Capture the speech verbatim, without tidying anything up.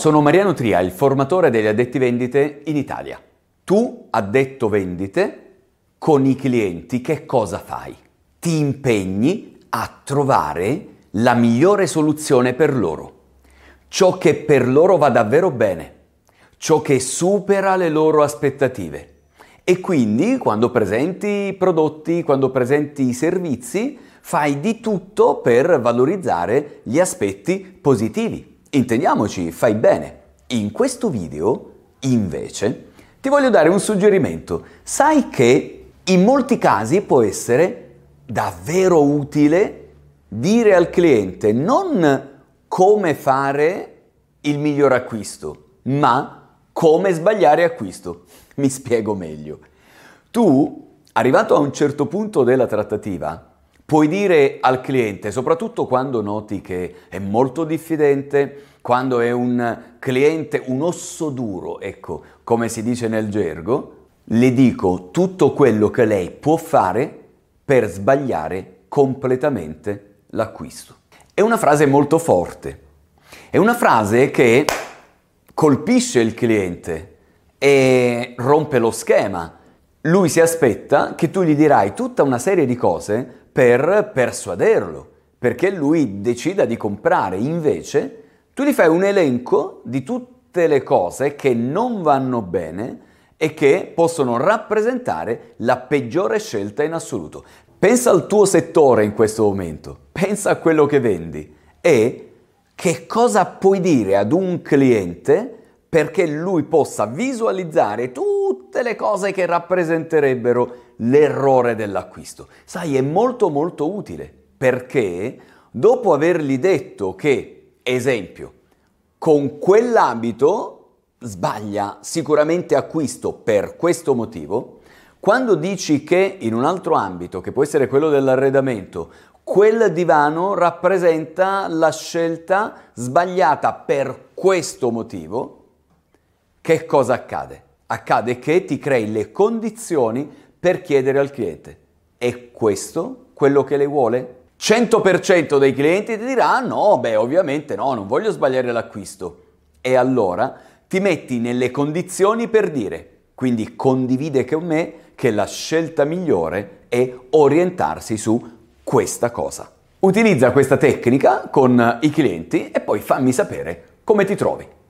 Sono Mariano Tria, il formatore degli addetti vendite in Italia. Tu, addetto vendite, con i clienti che cosa fai? Ti impegni a trovare la migliore soluzione per loro, ciò che per loro va davvero bene, ciò che supera le loro aspettative. E quindi quando presenti i prodotti, quando presenti i servizi, fai di tutto per valorizzare gli aspetti positivi. Intendiamoci, fai bene. In questo video, invece, ti voglio dare un suggerimento. Sai che in molti casi può essere davvero utile dire al cliente non come fare il miglior acquisto, ma come sbagliare acquisto. Mi spiego meglio. Tu, arrivato a un certo punto della trattativa, puoi dire al cliente, soprattutto quando noti che è molto diffidente, quando è un cliente, un osso duro, ecco, come si dice nel gergo, le dico tutto quello che lei può fare per sbagliare completamente l'acquisto. È una frase molto forte, è una frase che colpisce il cliente e rompe lo schema. Lui si aspetta che tu gli dirai tutta una serie di cose per persuaderlo, perché lui decida di comprare. Invece tu gli fai un elenco di tutte le cose che non vanno bene e che possono rappresentare la peggiore scelta in assoluto. Pensa al tuo settore in questo momento, pensa a quello che vendi e che cosa puoi dire ad un cliente perché lui possa visualizzare tutte le cose che rappresenterebbero l'errore dell'acquisto. Sai, è molto molto utile perché dopo avergli detto che, esempio, con quell'abito sbaglia sicuramente acquisto per questo motivo, quando dici che in un altro ambito, che può essere quello dell'arredamento, quel divano rappresenta la scelta sbagliata per questo motivo, che cosa accade? Accade che ti crei le condizioni per chiedere al cliente: è questo quello che lei vuole? cento per cento dei clienti ti dirà no, beh ovviamente no, non voglio sbagliare l'acquisto. E allora ti metti nelle condizioni per dire, quindi condivide con me che la scelta migliore è orientarsi su questa cosa. Utilizza questa tecnica con i clienti e poi fammi sapere come ti trovi.